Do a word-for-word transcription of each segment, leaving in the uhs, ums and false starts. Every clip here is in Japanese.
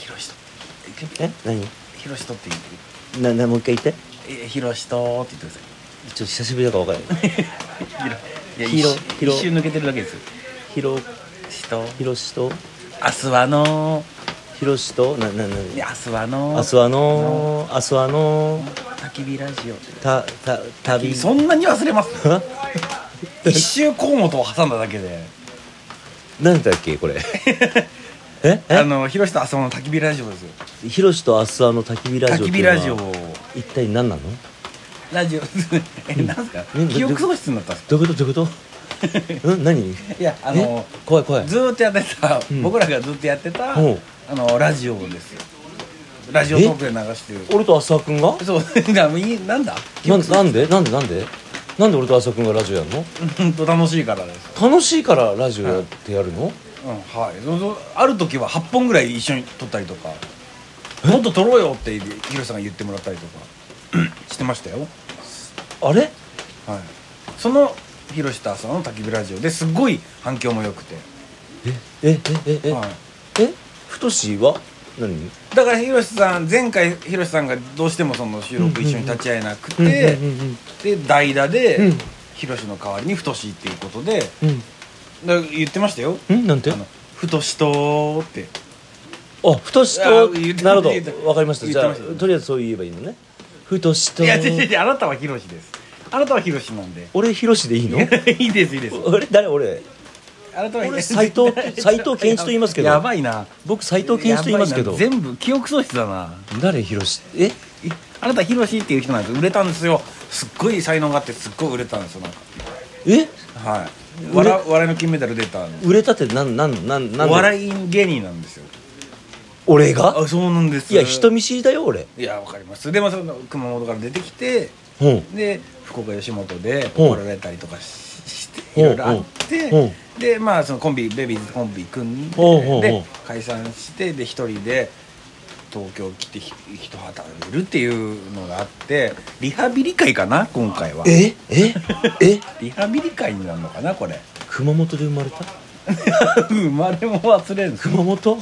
ひろしとえ何ひろしとって言ってななもう一回言ってえひろしとって言ってくださちょっと久しぶりだから分からないいいやひろ一ひろ一瞬抜けてるだけですよひろしとひろしと明日はのひろしとななないや明日はの明日はの明日はの焚き火ラジオたた旅そんなに忘れます一周河本を挟んだだけでなんだっけこれええあのひろしと朝の焚き火ラジオですよひろしと明日はの焚き火ラジオ焚き火ラジオ一体何なのラジオえなんすかね記憶喪失になったんですかどういうことどういうことうん何いやあのえ怖い怖いずーっとやってた、 うん僕らがずっとやってた、 うんあのラジオですよラジオトークで流してる俺と浅くんがそうなもういいなんだななんでなんでなんでなんで俺と浅くんがラジオやるのほんと楽しいからです楽しいからラジオやってやるの、 うんはいそうそうある時ははっぽんぐらい一緒に撮ったりとかもっと撮ろうよってヒロさんが言ってもらったりとかしてましたよあれはいそのヒロシと朝の焚き火ラジオですごい反響も良くてえええええ、 はいえ太しは何だからヒロシさん前回ヒロシさんがどうしてもその収録一緒に立ち会えなくてうんうんうんで代打で、 うんヒロシの代わりに太しっていうことでうんだから言ってましたようんなんてあの太しとってあ太しあと言ってなるほ言ってどわかりましたじゃあ言ってましたとりあえずそう言えばいいのね太しといや違う違う違うあなたはヒロシですあなたはヒロシなんで俺ひろしでいいのいいですいいです俺誰俺あなたは俺斉藤斉藤健一と言いますけどやばいな僕斉藤健一と言いますけどやばいな全部記憶喪失だな誰ひろしえいあなたヒロシっていう人なんです売れたんですよすっごい才能があってすっごい売れたんですよなんかえはい売れ笑笑いの金メダル出たんで売れたってなんなんなんなんおで笑い芸人なんですよ俺があそうなんですいや人見知りだよ俺いやわかりますでもその熊本から出てきてうんで福岡吉本でうん怒られたりとかししていろいろあってうんでまあそのコンビベビーズコンビ組んでうんうんうんで解散してで一人で東京来てひ一働いるっていうのがあってリハビリ会かな今回はえええリハビリ会になるのかなこれ熊本で生まれた生まれも忘れん熊本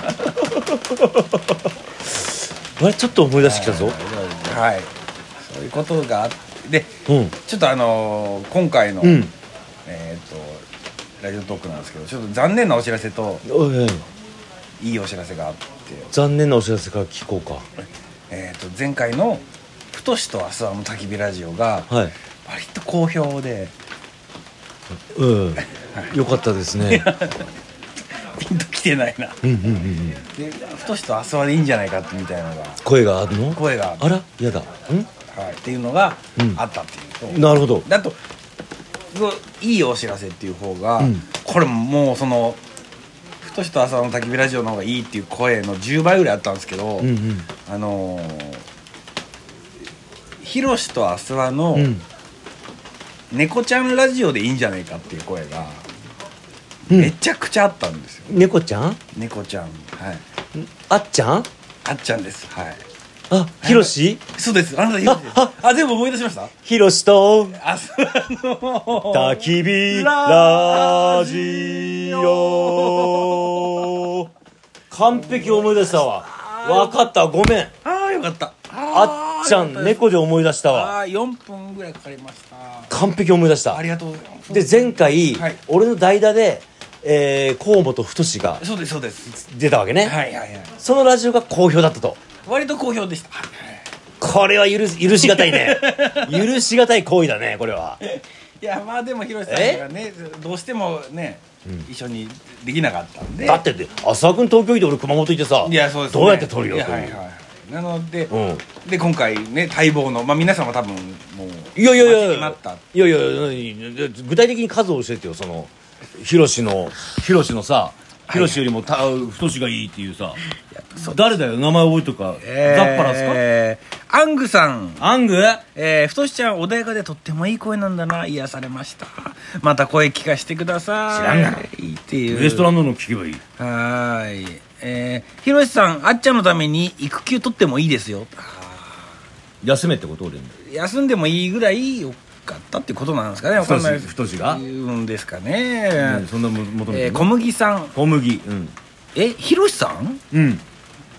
あれちょっと思い出してきたぞはいそういうことがあってでうんちょっとあのー今回の、 うんえっ、とラジオトークなんですけどちょっと残念なお知らせとおいおいいいお知らせがあって残念なお知らせから聞こうかえー、と前回の「ふとしと明日はの焚き火ラジオ」がはい割と好評でうんよかったですねピンときてないなうんうんうんうんでふとしと明日はでいいんじゃないかってみたいなのが声があるの声が、 あらやだんはい、っていうのがうんあったっていうと、 なるほどだとうわいいお知らせっていう方が、 うんこれもうそのふとしと朝の焚き火ラジオの方がいいっていう声のじゅうばいぐらいあったんですけど、 うんうんあのーひろしとあすわのうん猫ちゃんラジオでいいんじゃないかっていう声がうんめちゃくちゃあったんですよ、 猫ちゃん猫ちゃんはいあっちゃんあっちゃんですはいあひろしそうですあなたひろしですああ全部思い出しましたひろしとあすわの焚き火ラジオ完璧思い出したわわかったごめんああよかったあっちゃん猫で思い出したわああよんぷんぐらいかかりました完璧思い出したありがとうございますで前回、 はい俺の代打で、えー、河本太がそうですそうです出たわけね、 はいはいはいそのラジオが好評だったと割と好評でしたはいこれは許す許しがたいね許しがたい行為だねこれはいやまあでもひろしさんがねどうしてもね、 うん一緒にできなかったんでだって浅田君東京いて俺熊本いてさいやそうです、ね、 どうやって撮るよいやというはいはいはいなので、 うんで今回ね待望のまあ皆さんも多分もういやいやいや待ちに待ったいやいやいや具体的に数を教えてよそのヒロシのヒロシのさヒロシよりもた太がいいっていうさ誰だよ名前覚えとか、 えー、 ザッパラですかアングさんアングえー、ふとしちゃん穏やかでとってもいい声なんだな癒されましたまた声聞かせてください知らんがなっていうウエストランドの聞けばいいはーいえー、ひろしさんあっちゃんのために育休取ってもいいですよ休めってこと俺に休んでもいいぐらいよかったってことなんですかねわかんないです太が言うんですかねそんな求めてえー、小麦さん小麦うんえひろしさんうん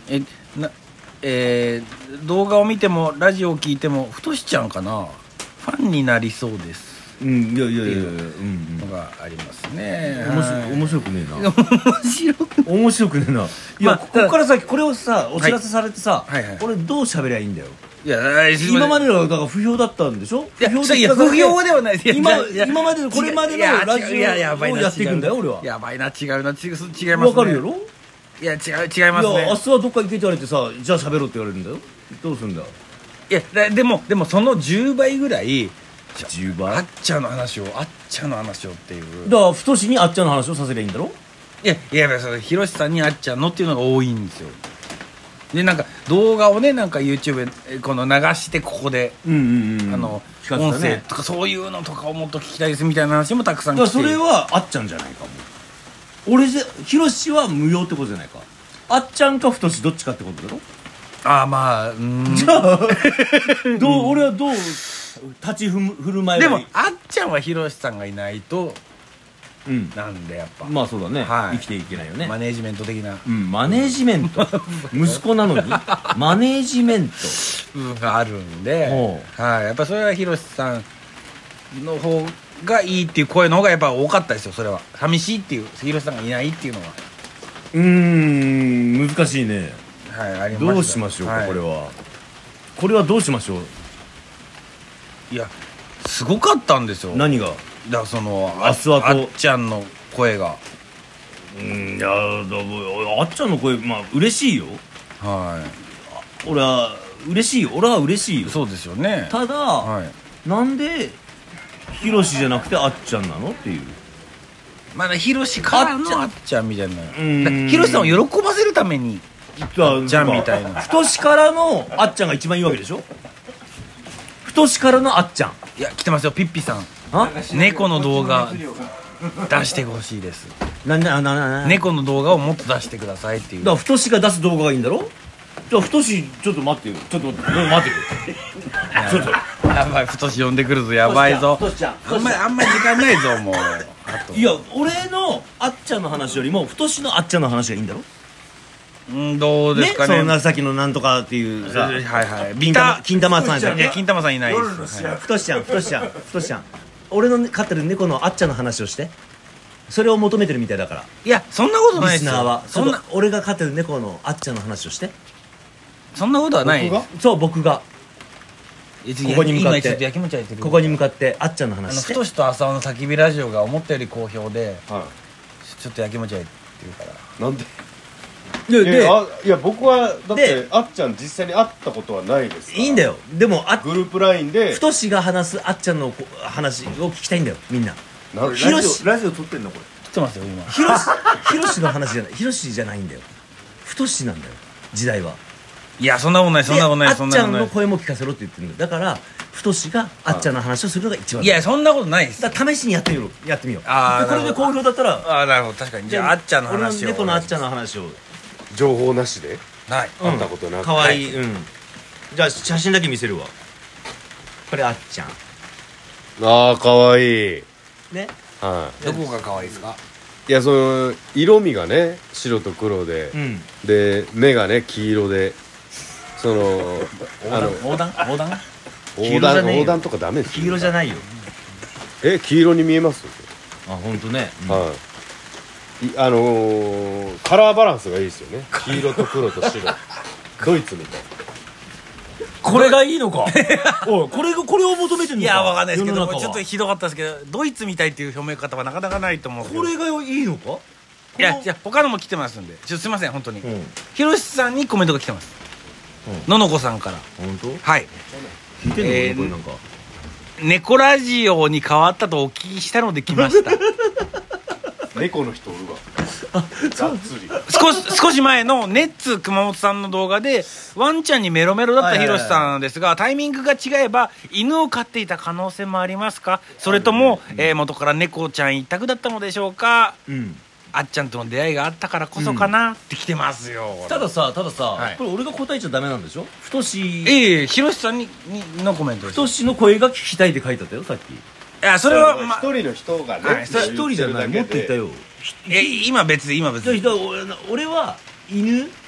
えなえー、動画を見てもラジオを聞いても太しちゃんかなファンになりそうですうんいやいやいやいやっていううんのがありますね。 面白はい面白くねえな面白く面白くねえないや、 まあここから先これをさお知らせされてさ、 はいはいはいこれどう喋りゃいいんだよいや今までのだから不評だったんでしょいや不評でいや不評ではない今いや今までのこれまでのいやラジ違ういややばいなオをやっていくんだよ俺はやばいな違うな違う違いますねわかるやろいや違う違いますいやね明日はどっか行けって言われてさじゃあ喋ろうって言われるんだよどうするんだよいやだでもでもそのじゅうばいぐらいじゅうばいあっちゃんの話をあっちゃんの話をっていうだから太にあっちゃんの話をさせりゃいいんだろいやいやいやそれひろしさんにあっちゃんのっていうのが多いんですよでなんか動画をねなんか YouTube でこの流してここで、 うんうんうんあの聞かせた音声ねとかそういうのとかをもっと聞きたいですみたいな話もたくさん来てだからそれはあっちゃんじゃないかも俺じゃひろしは無用ってことじゃないかあっちゃんか太どっちかってことだろああまあうーんじゃあどう俺はどう立ちふむ振る舞えでもばいいあっちゃんはひろしさんがいないとうんなんでやっぱ、 まあそうだね、 はい生きていけないよねマネージメント的なうんマネージメント息子なのにマネージメント部分があるんで、 ほはい、やっぱそれはひろしさんの方がいいっていう声の方がやっぱ多かったですよそれは寂しいっていうひろしさんがいないっていうのはうーん難しいねはいありましたどうしましょうか、 はいこれはこれはどうしましょういやすごかったんですよ何がだからその明日はとあっちゃんの声がうんいやだもあっちゃんの声まあ嬉しいよは俺は嬉しいよ俺は嬉しいよいそうですよねただ、 はいなんでヒロシじゃなくてあっちゃんなのっていうまだひろしからのあっちゃんみたいなーんひろしさんを喜ばせるためにあっちゃんみたいな太しからのあっちゃんが一番いいわけでしょ太しからのあっちゃんいや来てますよピッピさんあ猫の動画出してほしいですななななな猫の動画をもっと出してくださいっていうだから太しが出す動画がいいんだろじゃあ太しちょっと待ってよちょっと待ってよ待ってよちょっとやばい太し呼んでくるぞやばいぞ太しちゃんあんまりあんまり時間ないぞもうあといや俺のあっちゃんの話よりも太しのあっちゃんの話がいいんだろうんどうですかねそんなさっきのなんとかっていうさはいはい金玉金玉さんじゃんいや金玉さんいないです、はい太しちゃん太しちゃん太しちゃん俺の飼ってる猫のあっちゃんの話をしてそれを求めてるみたいだからいやそんなことないですよリスナーはそんな俺が飼ってる猫のあっちゃんの話をしてそんなことはない僕がそう僕がここに向かって今ちょっとやきもち焼いてるここに向かってあっちゃんのあの話して太しと浅尾の焚き火ラジオが思ったより好評ではちょっとやきもち焼いてるからいなんででいやであいや僕はだってであっちゃん実際に会ったことはないですからいいんだよでもあグループラインで太しが話すあっちゃんのこ話を聞きたいんだよみんななひろしラジオ撮ってんのこれ撮ってますよ今ひろしひろしの話じゃないひろしじゃないんだよ太しなんだよ時代はいやそんなことないそんなことないであっちゃんそんなことないの声も聞かせろって言ってるんだよだから太しがあっちゃんの話をするのが一番いやそんなことないですだから試しにやってみろやってみようあーでこれで好評だったらああなるほど確かにじゃああっちゃんの話を俺の猫のあっちゃんの話を情報なしではい会ったことなくかわいいうんじゃあ写真だけ見せるわこれあっちゃんああかわいいねはいどこが可愛いですかいやその色味がね白と黒で、 うんで目がね黄色でそのあの横断横断黄横色じゃねえよ断横断とかダメですよ黄色じゃないよえ黄色に見えます、 あ本当ねはいいあのー、カラーバランスがいいですよね黄色と黒と白ドイツみたいこれがいいのかおいこれがこれを求めてんのかいやわかんないですけど世の中はちょっとひどかったですけどドイツみたいっていう表明方はなかなかないと思うけどこれがいいのかいやいや他のも来てますんでちょっとすいません本当にうんひろしさんにコメントが来てますうののこさんから本当はい聞いてんのかな、 えーこれなんか猫ラジオに変わったとお聞きしたので来ました猫の人おるわがっつり少し少し前のネッツ熊本さんの動画でワンちゃんにメロメロだったひろしさんですがタイミングが違えば犬を飼っていた可能性もありますかそれとも、えー元から猫ちゃん一択だったのでしょうかうんあっちゃんとの出会いがあったからこそかな、って来てますよたださたださ、 はいこれ俺が答えちゃダメなんでしょ太しええひろしさんににのコメントです太しの声が聞きたいって書いてあったよさっきいやそれは、ま一人の人がねはいそれ一人じゃないもっといたよえ今別で今別でじゃあだから俺俺は犬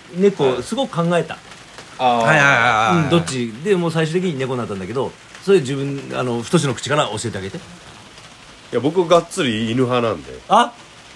猫すごく考えた、 ああ、 はいはいはいはい、 うん、どっちでもう最終的に猫になったんだけど、それ自分あの太の口から教えてあげて。 いや僕がっつり犬派なんで、 あ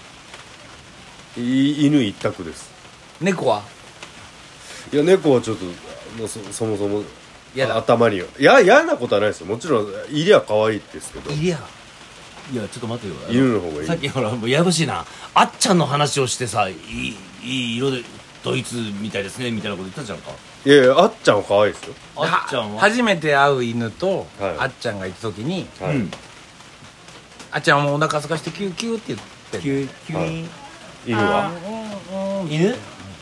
い犬一択です。 猫はいや猫はちょっともう そ, そもそも嫌だ。 頭にはいや嫌なことはないですよ。もちろんいりゃ可愛いですけど、 いりゃいやちょっと待ってよ、 犬の方がいい。 さっきほらもうややこしいな、あっちゃんの話をしてさ、いいいい色でドイツみたいですねみたいなこと言ったじゃんか。 いやいやあっちゃんは可愛いですよ。 あっちゃんは初めて会う犬と、 はいあっちゃんがいた時に、 はい、 うんあっちゃんはもうお腹空かしてキューキューって言ってる急急はいに犬はうんうん犬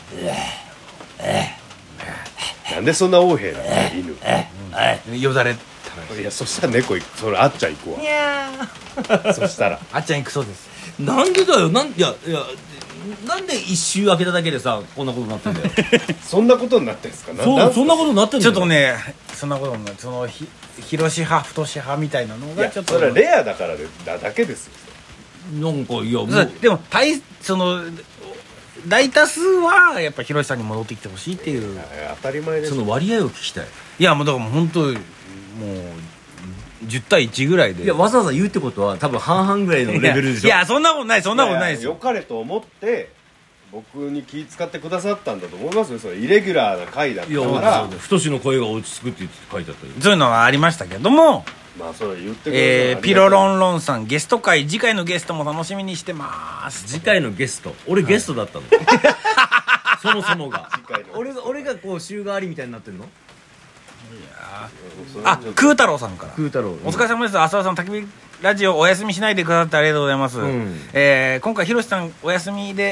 なんでそんな横柄なの犬。 よだれいやそしたら猫行く、それあっちゃん行くわ。 にゃそしたらあっちゃん行くそうです。 ーなんでだよ、なんいやいやなんで一周開けただけでさこんなことになってんだよそんなことになってんすか。なそうそんなことになってんだよ。 ちょっとねそんなこともない、そのひ広し派太し派みたいなのいやがちょっとそれはレアだからでだだけですよ。 なんかいやもうそうでも大その大多数はやっぱ広しさんに戻ってきてほしいっていう。 いや当たり前ですその割合を聞きたい。 いやもうだからもう本当もうじゅう対いちぐらいで。 いやわざわざ言うってことは多分半々ぐらいのレベルでしょ。 いやいやそんなことない、そんなことないですよ。 良かれと思って僕に気遣ってくださったんだと思いますよ。それイレギュラーな回だったいやから太の声が落ち着くって言って書いてあったよ。 そういうのはありましたけども、 まあそれ言ってくれるえー、ピロロンロンさんゲスト会、次回のゲストも楽しみにしてます。 次回のゲスト俺ゲストだったの、そもそもが次回の俺が俺がこう週替わりみたいになってんの。 あ、空太郎さんから空太郎お疲れ様です。浅田さん、焚き火ラジオお休みしないでくださってありがとうございます、 うんえー今回ひろしさんお休みで